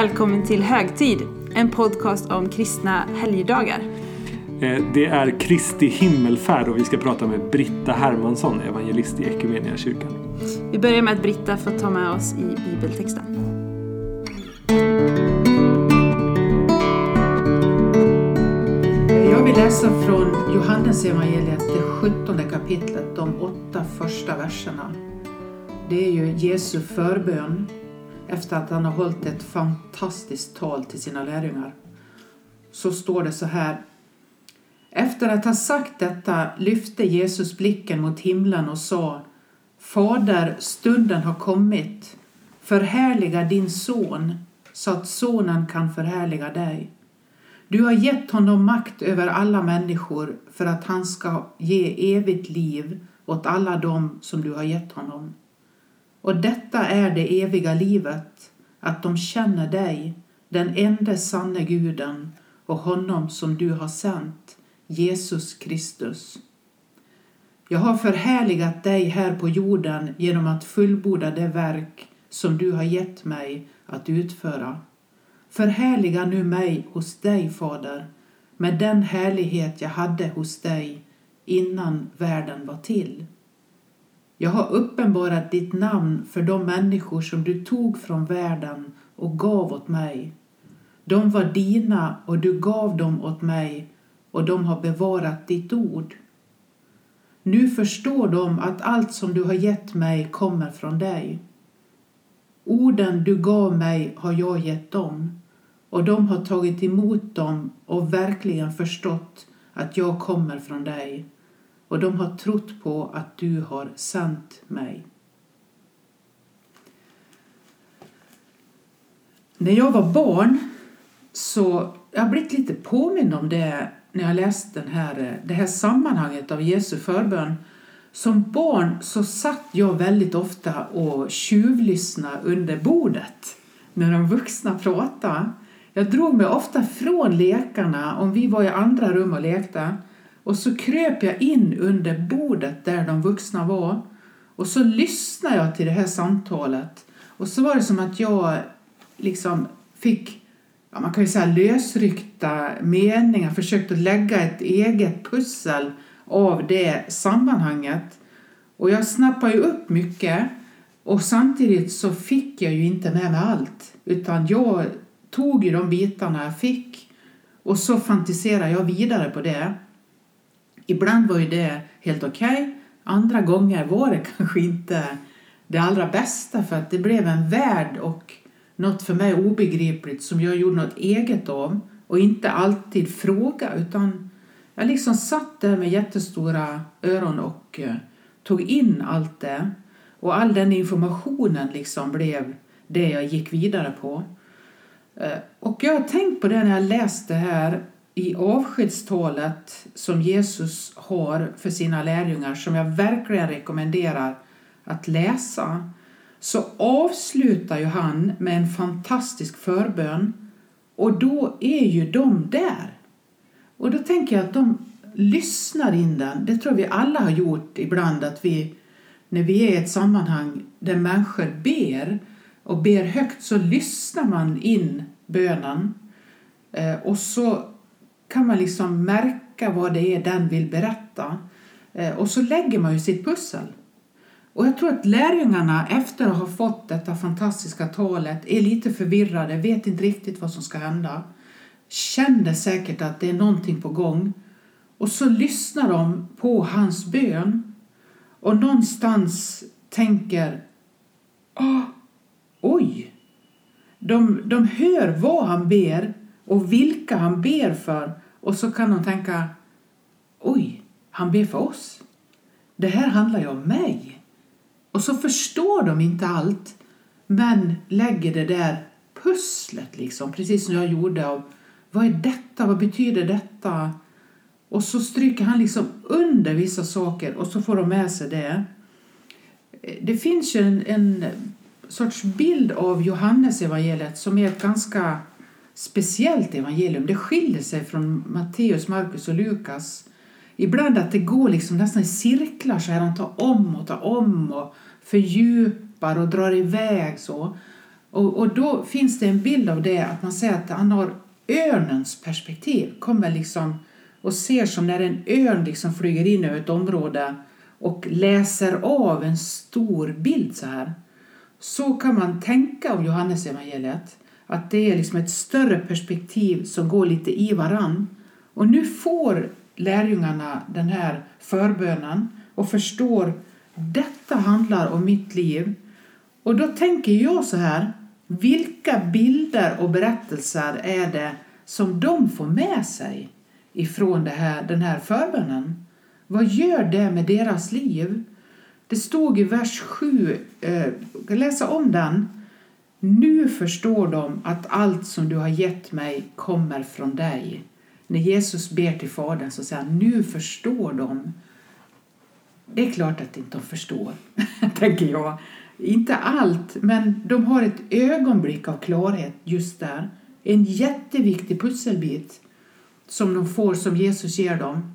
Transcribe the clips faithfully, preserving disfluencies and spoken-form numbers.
välkommen till Högtid, en podcast om kristna helgdagar. Det är Kristi himmelfärd och vi ska prata med Britta Hermansson, evangelist i Equmeniakyrkan. Vi börjar med att Britta får ta med oss i bibeltexten. Jag vill läsa från Johannes evangeliet, det sjuttonde kapitlet, de åtta första verserna. Det är ju Jesu förbön efter att han har hållit ett fantastiskt tal till sina lärjungar. Så står det så här: efter att ha sagt detta lyfte Jesus blicken mot himlen och sa: Fader, stunden har kommit. Förhärliga din son så att sonen kan förhärliga dig. Du har gett honom makt över alla människor för att han ska ge evigt liv åt alla dem som du har gett honom. Och detta är det eviga livet, att de känner dig, den enda sanne guden, och honom som du har sänt, Jesus Kristus. Jag har förhärligat dig här på jorden genom att fullborda det verk som du har gett mig att utföra. Förhärliga nu mig hos dig, Fader, med den härlighet jag hade hos dig innan världen var till. Jag har uppenbarat ditt namn för de människor som du tog från världen och gav åt mig. De var dina och du gav dem åt mig, och de har bevarat ditt ord. Nu förstår de att allt som du har gett mig kommer från dig. Orden du gav mig har jag gett dem, och de har tagit emot dem och verkligen förstått att jag kommer från dig, och de har trott på att du har sänt mig. När jag var barn så jag har blivit lite påmind om det när jag läste den här, det här sammanhanget av Jesu förbön. Som barn så satt jag väldigt ofta och tjuvlyssnade under bordet när de vuxna pratade. Jag drog mig ofta från lekarna om vi var i andra rum och lekte. Och så kröp jag in under bordet där de vuxna var. Och så lyssnade jag till det här samtalet. Och så var det som att jag liksom fick, ja, man kan ju säga lösryckta meningar. Försökte lägga ett eget pussel av det sammanhanget. Och jag snappade ju upp mycket. Och samtidigt så fick jag ju inte med mig allt. Utan jag tog ju de bitarna jag fick. Och så fantiserade jag vidare på det. Ibland var ju det helt okej. Okay. Andra gånger var det kanske inte det allra bästa. För att det blev en värld och något för mig obegripligt som jag gjorde något eget av. Och inte alltid fråga, utan jag liksom satt där med jättestora öron och uh, tog in allt det. Och all den informationen liksom blev det jag gick vidare på. Uh, och jag har tänkt på det när jag läste här i avskedstalet som Jesus har för sina lärjungar, som jag verkligen rekommenderar att läsa. Så avslutar ju han med en fantastisk förbön. Och då är ju de där. Och då tänker jag att de lyssnar in den. Det tror vi alla har gjort ibland, att vi, när vi är i ett sammanhang där människor ber och ber högt, så lyssnar man in bönen. Eh, och så kan man liksom märka vad det är den vill berätta. Eh, och så lägger man ju sitt pussel. Och jag tror att lärjungarna efter att ha fått detta fantastiska talet är lite förvirrade, vet inte riktigt vad som ska hända. Kände säkert att det är någonting på gång. Och så lyssnar de på hans bön. Och någonstans tänker, ah, oj. De, de hör vad han ber och vilka han ber för. Och så kan de tänka, oj, han ber för oss. Det här handlar ju om mig. Och så förstår de inte allt, men lägger det där pusslet liksom, precis som jag gjorde, av vad är detta, vad betyder detta? Och så stryker han liksom under vissa saker och så får de med sig det. Det finns ju en, en sorts bild av Johannes evangeliet som är ett ganska speciellt evangelium. Det skiljer sig från Matteus, Markus och Lukas. Ibland att det går liksom nästan i cirklar så här. Han tar om och tar om och fördjupar och drar iväg så. Och, och då finns det en bild av det, att man säger att han har örnens perspektiv. Kommer liksom och ser som när en örn liksom flyger in över ett område och läser av en stor bild så här. Så kan man tänka om Johannes evangeliet. Att det är liksom ett större perspektiv som går lite i varann. Och nu får lärjungarna den här förbönen och förstår, detta handlar om mitt liv. Och då tänker jag så här, vilka bilder och berättelser är det som de får med sig ifrån det här, den här förbönen? Vad gör det med deras liv? Det stod i vers sju, eh, jag läser om den. Nu förstår de att allt som du har gett mig kommer från dig. När Jesus ber till Fadern så säger han, nu förstår de. Det är klart att inte de förstår, tänker jag. Inte allt, men de har ett ögonblick av klarhet just där. En jätteviktig pusselbit som de får, som Jesus ger dem.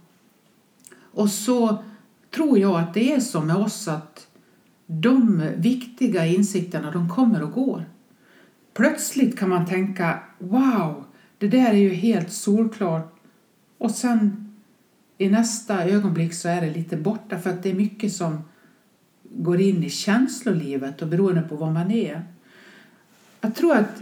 Och så tror jag att det är som med oss, att de viktiga insikterna, de kommer och går. Plötsligt kan man tänka, wow, det där är ju helt solklart. Och sen i nästa ögonblick så är det lite borta, för att det är mycket som går in i känslolivet och beroende på vad man är. Jag tror att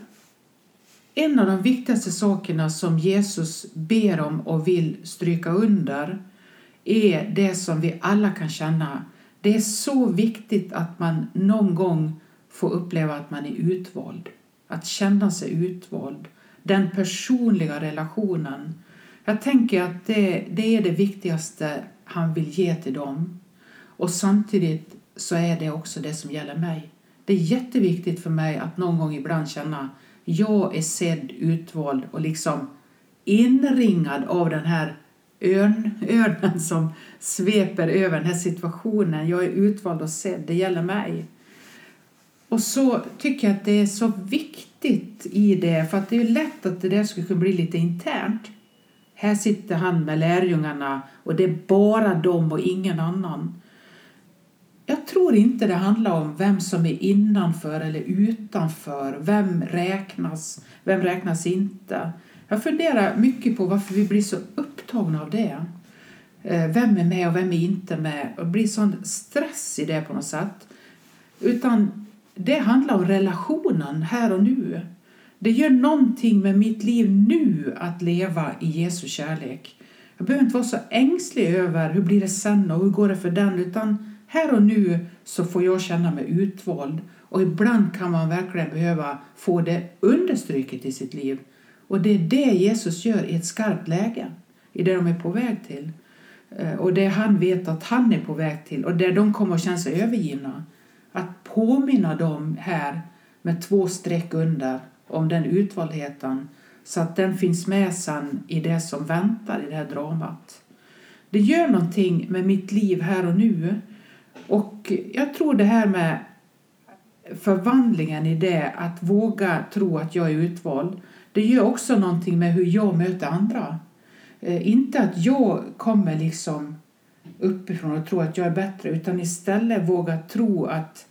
en av de viktigaste sakerna som Jesus ber om och vill stryka under är det som vi alla kan känna. Det är så viktigt att man någon gång får uppleva att man är utvald. Att känna sig utvald. Den personliga relationen. Jag tänker att det, det är det viktigaste han vill ge till dem. Och samtidigt så är det också det som gäller mig. Det är jätteviktigt för mig att någon gång ibland känna, jag är sedd, utvald och liksom inringad av den här örn, örnen som sveper över den här situationen. Jag är utvald och sedd, det gäller mig. Och så tycker jag att det är så viktigt i det, för att det är lätt att det där skulle kunna bli lite internt. Här sitter han med lärjungarna och det är bara dem och ingen annan. Jag tror inte det handlar om vem som är innanför eller utanför. Vem räknas, vem räknas inte. Jag funderar mycket på varför vi blir så upptagna av det. Vem är med och vem är inte med. Och blir sån stress i det på något sätt. Utan det handlar om relationen här och nu. Det gör någonting med mitt liv nu att leva i Jesu kärlek. Jag behöver inte vara så ängslig över hur blir det sen och hur går det för den. Utan här och nu så får jag känna mig utvald. Och ibland kan man verkligen behöva få det understryket i sitt liv. Och det är det Jesus gör i ett skarpt läge. I det de är på väg till. Och det han vet att han är på väg till. Och där de kommer att känna sig övergivna. Att påminna dem här med två streck under om den utvaldheten. Så att den finns med sen i det som väntar i det här dramat. Det gör någonting med mitt liv här och nu. Och jag tror det här med förvandlingen i det, att våga tro att jag är utvald. Det gör också någonting med hur jag möter andra. Eh, inte att jag kommer liksom uppifrån och tror att jag är bättre, utan istället våga tro att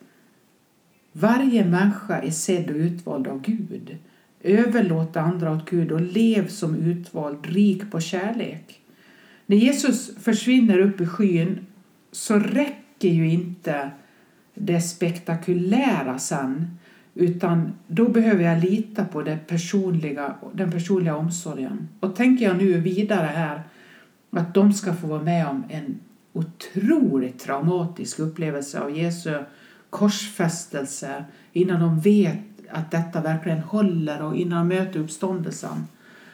varje människa är sedd och utvald av Gud. Överlåt andra åt Gud och lev som utvald, rik på kärlek. När Jesus försvinner upp i skyn så räcker ju inte det spektakulära sen, utan då behöver jag lita på det personliga, den personliga omsorgen. Och tänker jag nu vidare här att de ska få vara med om en otroligt traumatisk upplevelse av Jesu korsfästelse innan de vet att detta verkligen håller och innan de möter uppståndelsen,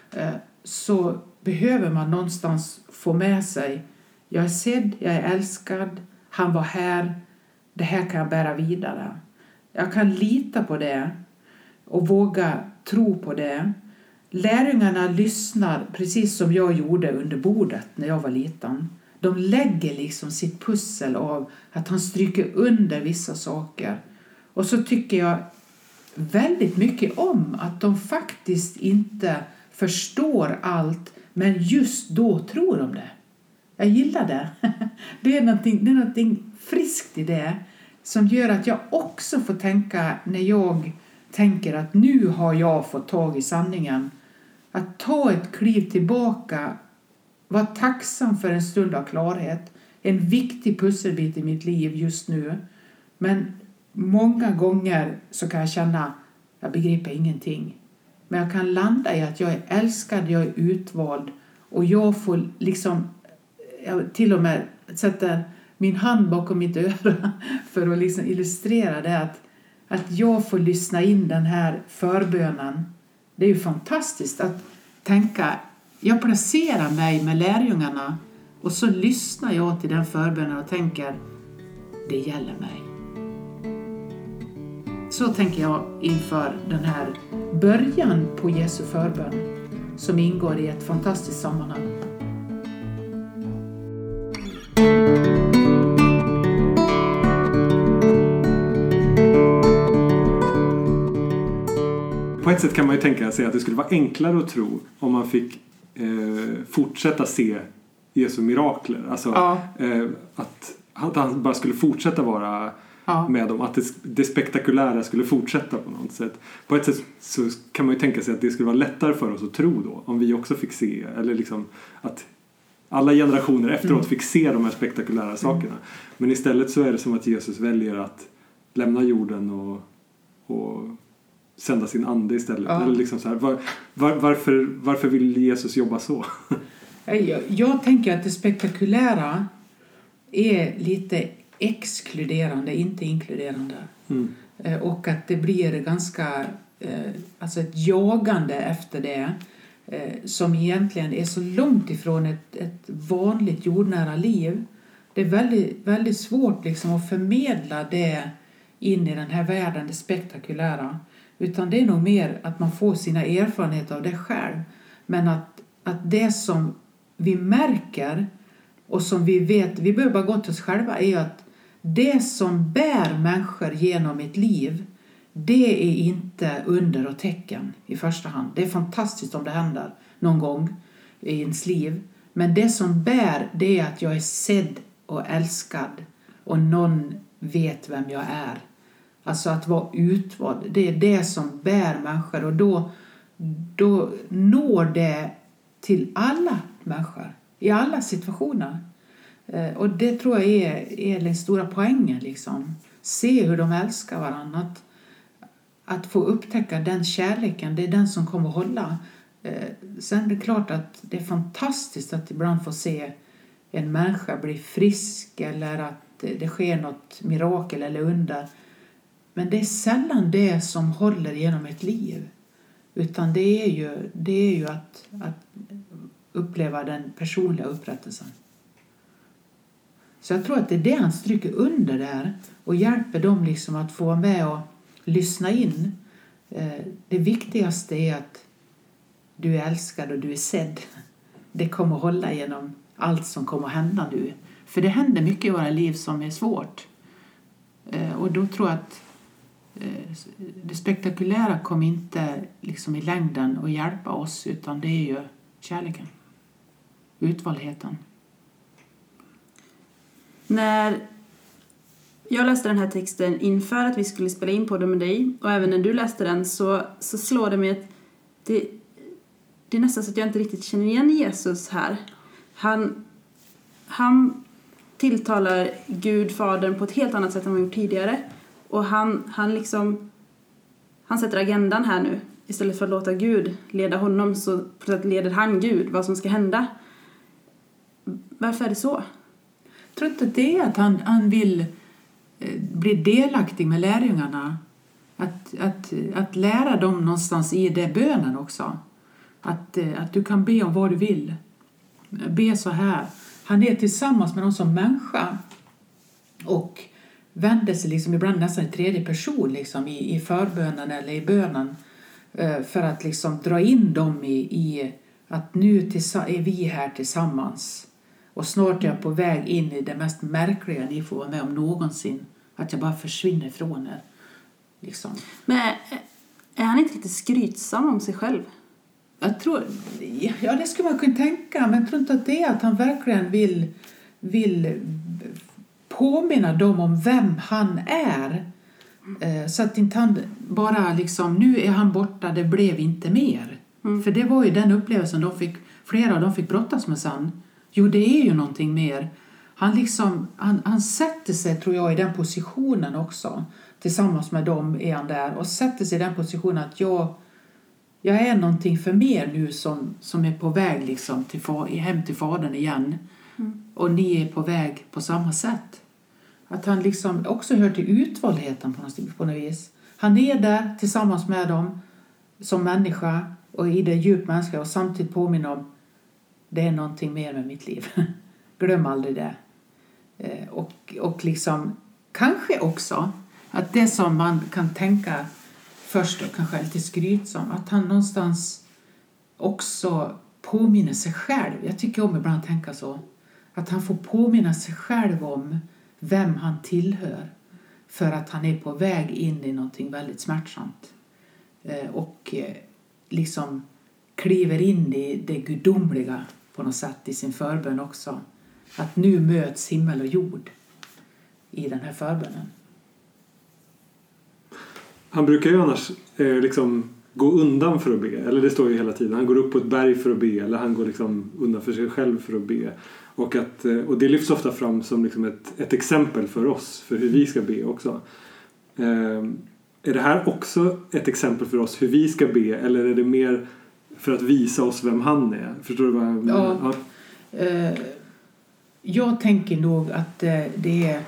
så behöver man någonstans få med sig, jag är sedd, jag är älskad, han var här, det här kan jag bära vidare. Jag kan lita på det och våga tro på det. Lärjungarna lyssnar precis som jag gjorde under bordet när jag var liten. De lägger liksom sitt pussel av att han stryker under vissa saker. Och så tycker jag väldigt mycket om att de faktiskt inte förstår allt, men just då tror de det. Jag gillar det. Det är någonting, det är någonting friskt i det som gör att jag också får tänka när jag tänker att nu har jag fått tag i sanningen. Att ta ett kliv tillbaka, vara tacksam för en stund av klarhet. En viktig pusselbit i mitt liv just nu. Men många gånger så kan jag känna, jag begriper ingenting. Men jag kan landa i att jag är älskad, jag är utvald. Och jag får liksom, jag till och med sätta min hand bakom mitt öra för att liksom illustrera det. Att, att jag får lyssna in den här förbönen. Det är ju fantastiskt att tänka, jag placerar mig med lärjungarna och så lyssnar jag till den förbönen och tänker, det gäller mig. Så tänker jag inför den här början på Jesu förbön som ingår i ett fantastiskt sammanhang. På ett sätt kan man ju tänka sig att det skulle vara enklare att tro om man fick eh, fortsätta se Jesu mirakler. Alltså Ja. eh, att, att han bara skulle fortsätta vara Ja. med dem. Att det, det spektakulära skulle fortsätta på något sätt. På ett sätt så kan man ju tänka sig att det skulle vara lättare för oss att tro då. Om vi också fick se, eller liksom att alla generationer efteråt Mm. fick se de här spektakulära sakerna. Mm. Men istället så är det som att Jesus väljer att lämna jorden och, och sända sin ande istället. Ja. Eller liksom så här, var, var, varför, varför vill Jesus jobba så? Jag, jag tänker att det spektakulära är lite exkluderande, inte inkluderande. Mm. Eh, Och att det blir ganska, eh, alltså ett jagande efter det eh, som egentligen är så långt ifrån ett, ett vanligt jordnära liv. Det är väldigt, väldigt svårt liksom att förmedla det in i den här världen, det spektakulära. Utan det är nog mer att man får sina erfarenheter av det själv. Men att, att det som vi märker och som vi vet, vi behöver bara gå till oss själva, är att det som bär människor genom ett liv, det är inte under och tecken i första hand. Det är fantastiskt om det händer någon gång i ens liv. Men det som bär, det är att jag är sedd och älskad och någon vet vem jag är. Alltså att vara utvald, det är det som bär människor. Och då, då når det till alla människor, i alla situationer. Och det tror jag är, är den stora poängen. Liksom. Se hur de älskar varandra. Att, att få upptäcka den kärleken, det är den som kommer att hålla. Sen är det klart att det är fantastiskt att ibland få se en människa bli frisk eller att det sker något mirakel eller under. Men det är sällan det som håller genom ett liv. Utan det är ju, det är ju att, att uppleva den personliga upprättelsen. Så jag tror att det är det han stryker under där. Och hjälper dem liksom att få med och lyssna in. Det viktigaste är att du är älskad och du är sedd. Det kommer att hålla genom allt som kommer att hända nu. För det händer mycket i våra liv som är svårt. Och då tror jag att det spektakulära kommer inte liksom i längden att hjälpa oss. Utan det är ju kärleken. Utvaldheten. När jag läste den här texten inför att vi skulle spela in på det med dig, och även när du läste den, så, så slår det mig att det, det är nästan så att jag inte riktigt känner igen Jesus här. Han, han tilltalar Gud, Fadern, på ett helt annat sätt än han gjort tidigare. Och han, han liksom han sätter agendan här nu. Istället för att låta Gud leda honom, så på sätt leder han Gud vad som ska hända. Varför är det så? Jag tror inte det är att han, han vill eh, bli delaktig med lärjungarna. Att, att, att lära dem någonstans i det bönen också. Att, eh, att du kan be om vad du vill. Be så här. Han är tillsammans med dem som människa. Och vänder sig liksom ibland nästan i tredje person liksom, i, i förbönen eller i bönen. Eh, för att liksom dra in dem i, i att nu tillsa- är vi här tillsammans. Och snart är jag på väg in i det mest märkliga ni får vara med om någonsin. Att jag bara försvinner från er. Liksom. Men är, är han inte lite skrytsam om sig själv? Jag tror, ja det skulle man kunna tänka. Men jag tror inte att det är att han verkligen vill, vill påminna dem om vem han är. Eh, så att inte han bara liksom, nu är han borta, det blev inte mer. Mm. För det var ju den upplevelsen de fick, flera av dem fick brottas med sen. Jo, det är ju någonting mer. Han liksom, han, han sätter sig, tror jag, i den positionen också. Tillsammans med dem är han där. Och sätter sig i den positionen att jag, jag är någonting för mer nu som, som är på väg liksom till far, hem till fadern igen. Mm. Och ni är på väg på samma sätt. Att han liksom också hör till utvaldheten på något, på något vis. Han är där tillsammans med dem som människa och i det djup mänskliga och samtidigt påminner om det är någonting mer med mitt liv. Glöm aldrig det. Eh, och, och liksom kanske också att det som man kan tänka först och kanske är lite skrytsam, att han någonstans också påminner sig själv. Jag tycker om ibland att tänka så. Att han får påminna sig själv om vem han tillhör. För att han är på väg in i någonting väldigt smärtsamt. Eh, och eh, liksom kliver in i det gudomliga på något sätt i sin förbön också. Att nu möts himmel och jord i den här förbönen. Han brukar ju annars eh, liksom gå undan för att be. Eller det står ju hela tiden. Han går upp på ett berg för att be. Eller han går liksom undan för sig själv för att be. Och, att, och det lyfts ofta fram som liksom ett, ett exempel för oss. För hur vi ska be också. Eh, är det här också ett exempel för oss hur vi ska be? Eller är det mer för att visa oss vem han är? Förstår du vad jag menar? Ja. ja. Eh, jag tänker nog att eh, det är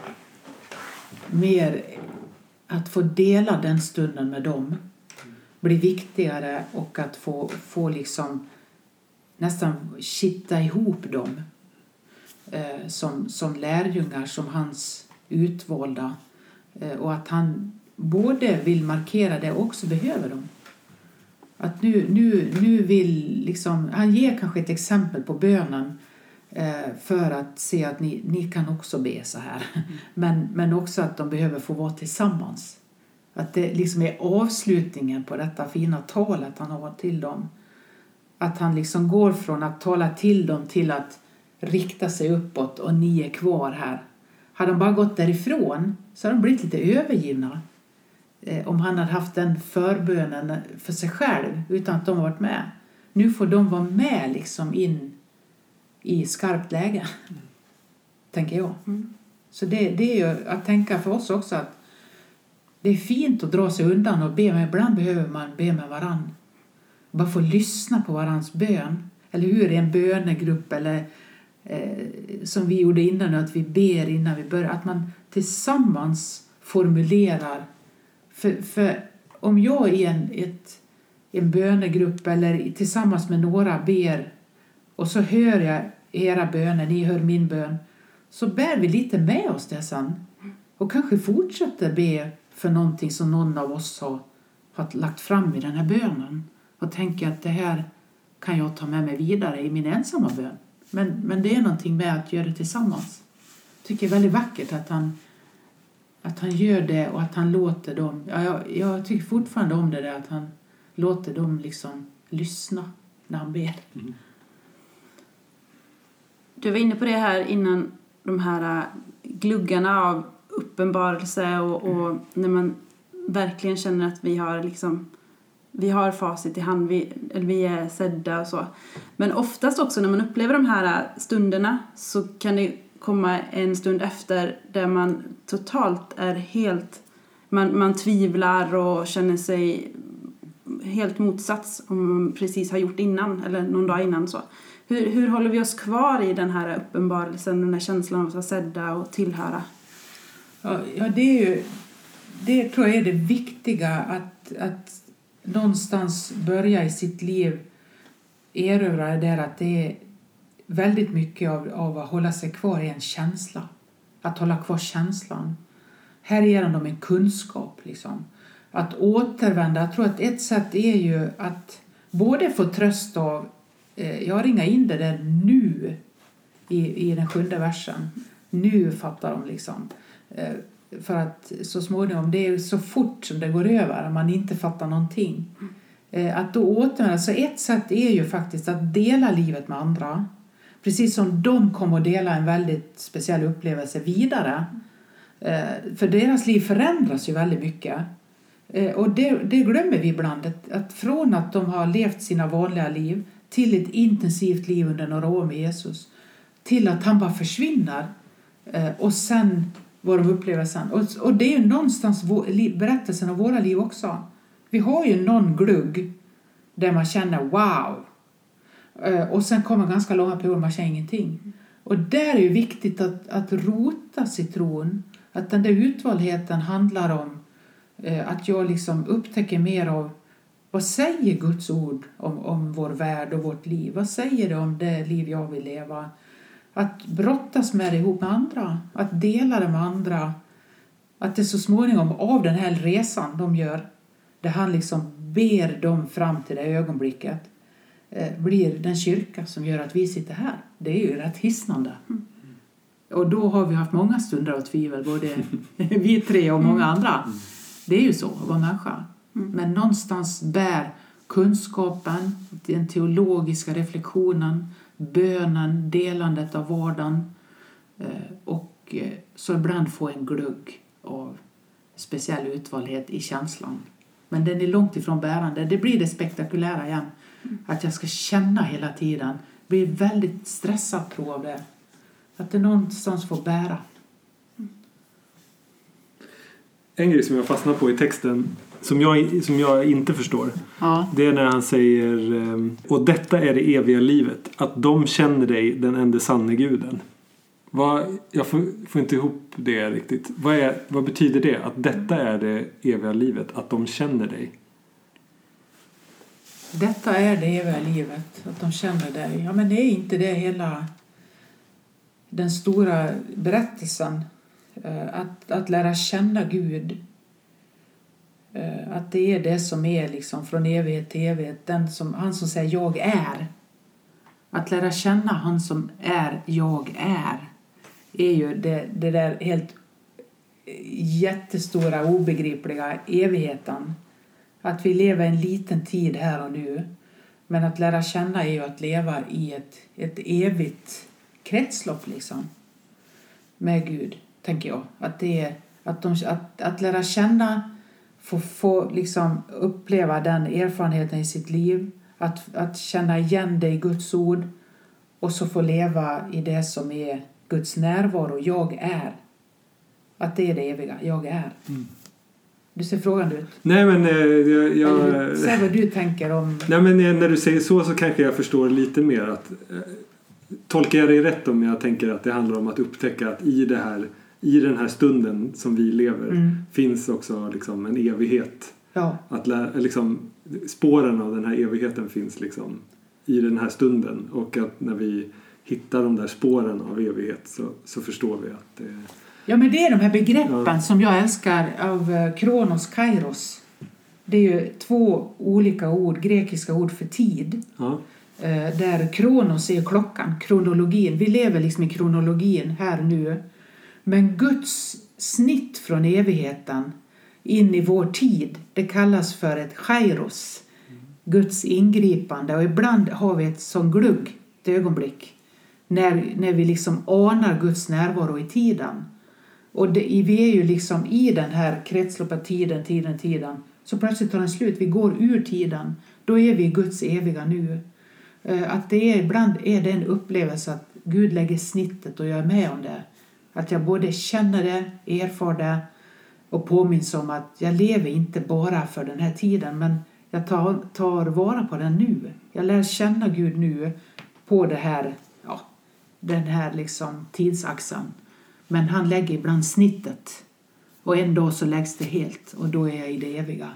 mer att få dela den stunden med dem. Blir viktigare och att få, få liksom nästan kitta ihop dem. Eh, som, som lärjungar, som hans utvalda. Eh, och att han både vill markera det och också behöver dem. Att nu, nu, nu vill liksom, han ger kanske ett exempel på bönen eh, för att se att ni, ni kan också be så här. Mm. Men, men också att de behöver få vara tillsammans. Att det liksom är avslutningen på detta fina talet han har till dem. Att han liksom går från att tala till dem till att rikta sig uppåt och ni är kvar här. Hade de bara gått därifrån så hade de blivit lite övergivna. Eh, om han hade haft den förbönen för sig själv utan att de varit med. Nu får de vara med liksom in i skarpt läge. Mm. Tänker jag. Mm. Så det, det är ju att tänka för oss också att det är fint att dra sig undan och be, men ibland behöver man be med varann. Bara få lyssna på varans bön. Eller hur, i en bönegrupp eller eh, som vi gjorde innan, att vi ber innan vi börjar. Att man tillsammans formulerar. För, för om jag i en, ett, en bönegrupp eller tillsammans med några ber och så hör jag era böner, ni hör min bön, så bär vi lite med oss det sen. Och kanske fortsätter be för någonting som någon av oss har, har lagt fram i den här bönen. Och tänker att det här kan jag ta med mig vidare i min ensamma bön. Men, men det är någonting med att göra det tillsammans. Jag tycker det är väldigt vackert att han, att han gör det och att han låter dem. Ja, jag, jag tycker fortfarande om det där att han låter dem liksom lyssna när han ber. Mm. Du var inne på det här innan, de här gluggarna av uppenbarelse och, och när man verkligen känner att vi har liksom vi har facit i hand, vi, eller vi är sedda och så. Men oftast också när man upplever de här stunderna så kan det komma en stund efter där man totalt är helt, man, man tvivlar och känner sig helt motsats om man precis har gjort innan eller någon dag innan så. Hur, hur håller vi oss kvar i den här uppenbarelsen, den här känslan av att vara sedda och tillhöra? Ja, ja det är ju, det tror jag är det viktiga att, att någonstans börja i sitt liv erövra det där att det är väldigt mycket av, av att hålla sig kvar i en känsla. Att hålla kvar känslan. Här ger de en kunskap liksom. Att återvända, jag tror att ett sätt är ju att både få tröst av, eh, jag ringar in det där nu i, i den sjunde versen. Nu fattar de liksom. Eh, För att så småningom, det är så fort som det går över, man inte fattar någonting. Mm. Att då återvända, så ett sätt är ju faktiskt att dela livet med andra. Precis som de kommer att dela en väldigt speciell upplevelse vidare. För deras liv förändras ju väldigt mycket. Och det, det glömmer vi ibland. Att, att från att de har levt sina vanliga liv till ett intensivt liv under några år med Jesus. Till att han bara försvinner. Och sen vad de upplever sen. Och, och det är ju någonstans vår, berättelsen av våra liv också. Vi har ju någon glugg där man känner wow. Och sen kommer ganska långa perioder man känner ingenting. Och där är ju viktigt att, att rota sig i tron. Att den där utvaldheten handlar om eh, att jag liksom upptäcker mer av vad säger Guds ord om, om vår värld och vårt liv. Vad säger det om det liv jag vill leva? Att brottas med det ihop med andra. Att dela det med andra. Att det så småningom av den här resan de gör. Där han liksom ber dem fram till det ögonblicket. Eh, blir den kyrka som gör att vi sitter här. Det är ju rätt hisnande. Mm. Och då har vi haft många stunder av tvivel. Både vi tre och många andra. Mm. Det är ju så att vara människa. Mm. Men någonstans bär kunskapen, den teologiska reflektionen, bönen, delandet av vardagen. Eh, och eh, så ibland få en glugg av speciell utvaldhet i känslan. Men den är långt ifrån bärande. Det blir det spektakulära igen. Mm. Att jag ska känna hela tiden. Blir väldigt stressad tror jag det. Att det någonstans får bära. Mm. En grej som jag fastnar på i texten. Som jag, som jag inte förstår. Ja. Det är när han säger. Och detta är det eviga livet. Att de känner dig, den enda sanne guden. Vad, jag får, får inte ihop det riktigt. Vad, är, vad betyder det? Att detta är det eviga livet. Att de känner dig. Detta är det eviga livet. Att de känner dig. Ja, men det är inte det hela. Den stora berättelsen. Att, att lära känna Gud. Att det är det som är liksom från evighet till evighet. Den som, han som säger jag är. Att lära känna han som är jag är. Är ju det, det där helt jättestora obegripliga evigheten. Att vi lever en liten tid här och nu. Men att lära känna är ju att leva i ett, ett evigt kretslopp liksom. Med Gud, tänker jag. Att, det är, att, de, att, att lära känna, få, få liksom uppleva den erfarenheten i sitt liv. Att, att känna igen det i Guds ord. Och så få leva i det som är Guds närvaro. Jag är. Att det är det eviga. Jag är. Mm. Du ser frågan ut. Nej men eh, jag... jag Säg vad du tänker om... Nej men eh, när du säger så så kanske jag förstår lite mer att... Eh, tolkar jag dig rätt om jag tänker att det handlar om att upptäcka att i det här... I den här stunden som vi lever mm. finns också liksom en evighet. Ja. Att lä, liksom, spåren av den här evigheten finns liksom i den här stunden. Och att när vi hittar de där spåren av evighet så, så förstår vi att det... Ja, men det är de här begreppen ja. som jag älskar av Kronos, Kairos. Det är ju två olika ord, grekiska ord för tid. Ja. Där Kronos är klockan, kronologin. Vi lever liksom i kronologin här nu. Men Guds snitt från evigheten in i vår tid, det kallas för ett kairos. Guds ingripande. Och ibland har vi ett sån glugg, ett ögonblick. När, när vi liksom anar Guds närvaro i tiden. Och det, vi är ju liksom i den här kretsloppet tiden, tiden, tiden. Så plötsligt tar den slut. Vi går ur tiden. Då är vi i Guds eviga nu. Att det är, ibland är det en upplevelse att Gud lägger snittet och jag är med om det. Att jag både känner det, erfar det och påminns om att jag lever inte bara för den här tiden. Men jag tar, tar vara på den nu. Jag lär känna Gud nu på det här, ja, den här liksom tidsaxeln. Men han lägger ibland snittet. Och en dag så läggs det helt. Och då är jag i det eviga.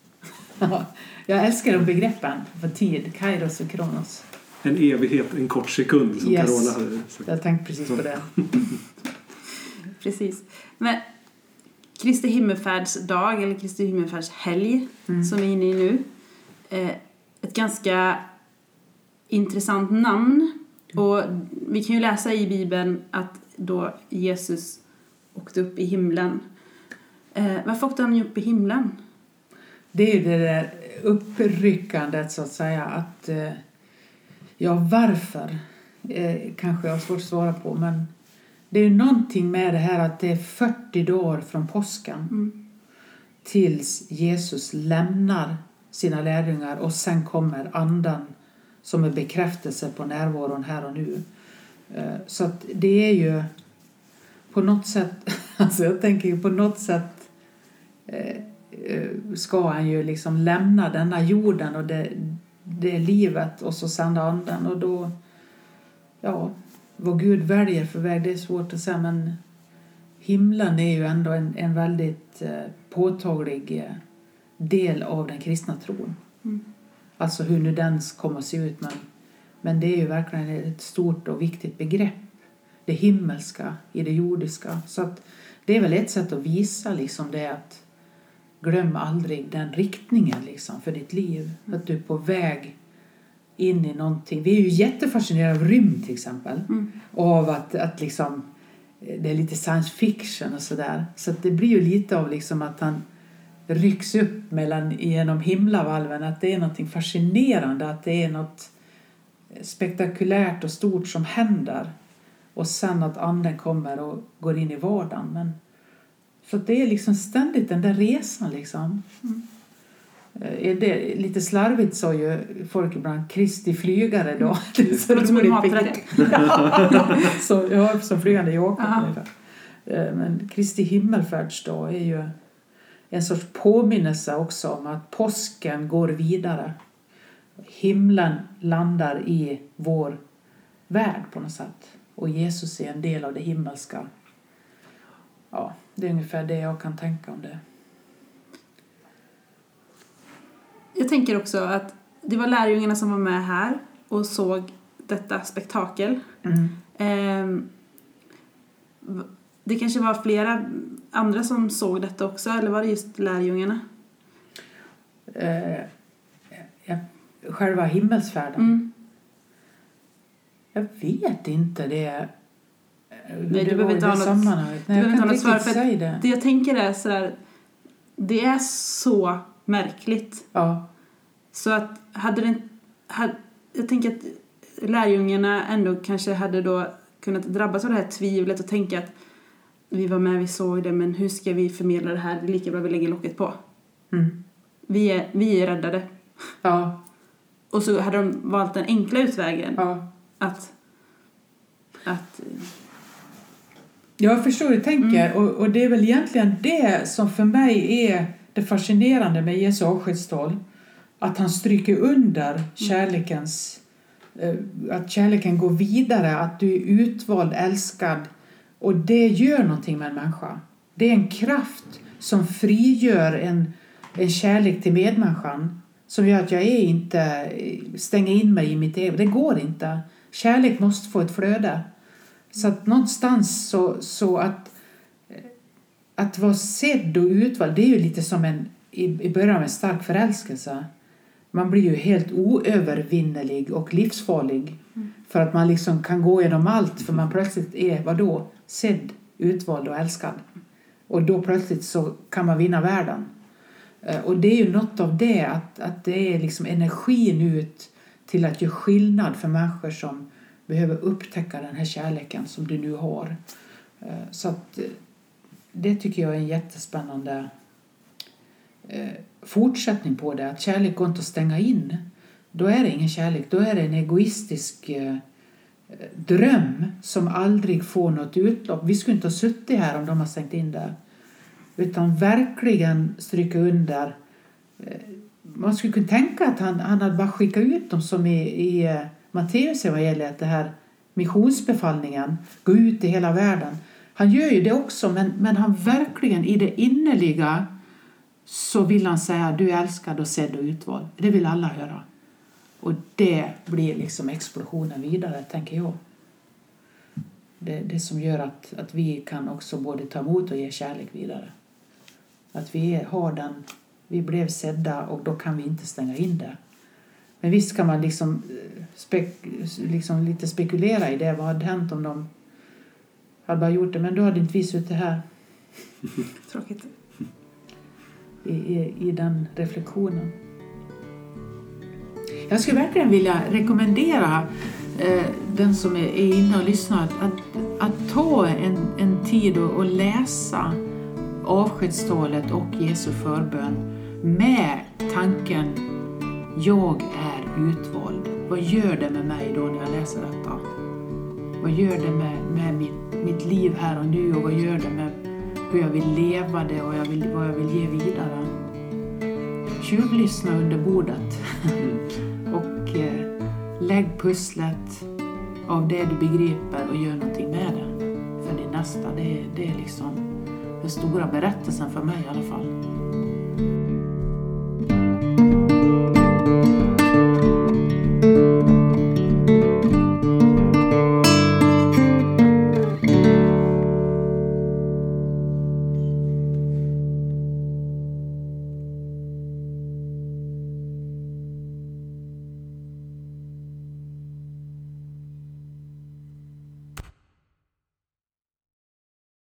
Jag älskar de begreppen för tid. Kairos och Kronos. En evighet, en kort sekund som yes. Carola hade sagt. Jag tänkte precis på det. Precis. Men Kristi himmelfärdsdag eller Kristi himmelfärdshelg mm. som vi är inne i nu. Eh, ett ganska intressant namn. Och vi kan ju läsa i Bibeln att då Jesus åkte upp i himlen. Eh, varför åkte han upp i himlen? Det är det där uppryckandet så att säga. Att, ja, varför? Eh, kanske jag har svårt att svara på. Men det är ju någonting med det här att det är fyrtio dagar från påsken Mm. tills Jesus lämnar sina lärjungar och sen kommer anden som är bekräftelse på närvaron här och nu. Eh, Så att det är ju på något sätt, alltså jag tänker ju på något sätt eh, eh, ska han ju liksom lämna denna jorden och det, det är livet och så sända anden och då, ja, vad Gud väljer för väg, det är svårt att säga, men himlen är ju ändå en, en väldigt eh, påtaglig eh, del av den kristna tron. Mm. Alltså hur nu den kommer att se ut, men, men det är ju verkligen ett stort och viktigt begrepp. Det himmelska i det jordiska. Så att det är väl ett sätt att visa liksom det, att glöm aldrig den riktningen liksom för ditt liv. Att du är på väg in i någonting. Vi är ju jättefascinerade av rymd till exempel. Mm. Och av att, att liksom, det är lite science fiction och sådär. Så att det blir ju lite av liksom att han rycks upp mellan, genom himlavalven. Att det är någonting fascinerande. Att det är något spektakulärt och stort som händer. Och sen att anden kommer och går in i vardagen. Men, så det är liksom ständigt den där resan liksom. Mm. Är det lite slarvigt så ju folk ibland Kristi flygare då. Det är så Det låter som en roligt maträtt. Ja, så, ja, som flygande Jakob Aha. ungefär. Eh, Men Kristi himmelfärdsdag är ju en sorts påminnelse också om att påsken går vidare. Himlen landar i vår värld på något sätt. Och Jesus är en del av det himmelska. Ja, det är ungefär det jag kan tänka om det. Jag tänker också att det var lärjungarna som var med här och såg detta spektakel. Mm. Ehm, v- det kanske var flera andra som såg detta också, eller var det just lärjungarna? Eh, ja, själva himmelsfärden. Mm. Jag vet inte det. Nej, du behöver inte ha något- sammanhanget. du Nej, jag behöver kan inte ha något riktigt svar, för säga det. Det jag tänker är så här, det är så märkligt. Ja. Så att hade det hade, jag tänker att lärjungarna ändå kanske hade då kunnat drabbas av det här tvivlet och tänka att vi var med, vi såg det, men hur ska vi förmedla det här? Det är lika bra vi lägger locket på. Mm. Vi är, vi är räddade. Ja. Och så hade de valt den enkla utvägen. Ja. Att, att Jag förstår hur du tänker. Mm. Och, och det är väl egentligen det som för mig är det fascinerande med Jesu avskedstal. Att han stryker under kärlekens... eh, Att kärleken går vidare. Att du är utvald, älskad. Och det gör någonting med en människa. Det är en kraft som frigör en, en kärlek till medmänniskan. Som gör att jag är inte stänger in mig i mitt eget. Det går inte. Kärlek måste få ett flöde. Så att någonstans så, så att, att vara sedd och utvald, det är ju lite som en, i, i början av en stark förälskelse. Man blir ju helt oövervinnerlig och livsfarlig. Mm. För att man liksom kan gå igenom allt. För man plötsligt är, vadå? Sedd, utvald och älskad. Och då plötsligt så kan man vinna världen. Eh, Och det är ju något av det. Att, att det är liksom energin ut till att göra skillnad för människor som behöver upptäcka den här kärleken som du nu har. Eh, Så att eh, det tycker jag är en jättespännande eh, fortsättning på det. Att kärlek går inte att stänga in. Då är det ingen kärlek. Då är det en egoistisk eh, dröm som aldrig får något utlopp. Vi skulle inte ha suttit här om de har stängt in det. Utan verkligen stryka under. Eh, man skulle kunna tänka att han, han hade bara skickat ut dem som i, i eh, Matteus evangeliet, det här missionsbefallningen. Gå ut i hela världen. Han gör ju det också, men, men han verkligen i det innerliga så vill han säga du är älskad och sedd och utvald. Det vill alla höra. Och det blir liksom explosionen vidare, tänker jag. Det, det som gör att, att vi kan också både ta emot och ge kärlek vidare. Att vi har den, vi blev sedda och då kan vi inte stänga in det. Men visst kan man liksom, spek, liksom lite spekulera i det. Vad hade hänt om de hade bara gjort det? Men då hade inte vi suttit här. tråkigt. I, i, i den reflektionen. Jag skulle verkligen vilja rekommendera eh, den som är, är inne och lyssnar att att ta en, en tid och, och läsa avskedstalet och Jesu förbön med tanken jag är utvald. Vad gör det med mig då när jag läser detta? Vad gör det med, med mitt, mitt liv här och nu och vad gör det med hur jag vill leva det och jag vill, vad jag vill ge vidare? Tjuvlyssna under bordet och eh, lägg pusslet av det du begriper och gör någonting med det. För det nästa, det, det är liksom den stora berättelsen för mig i alla fall.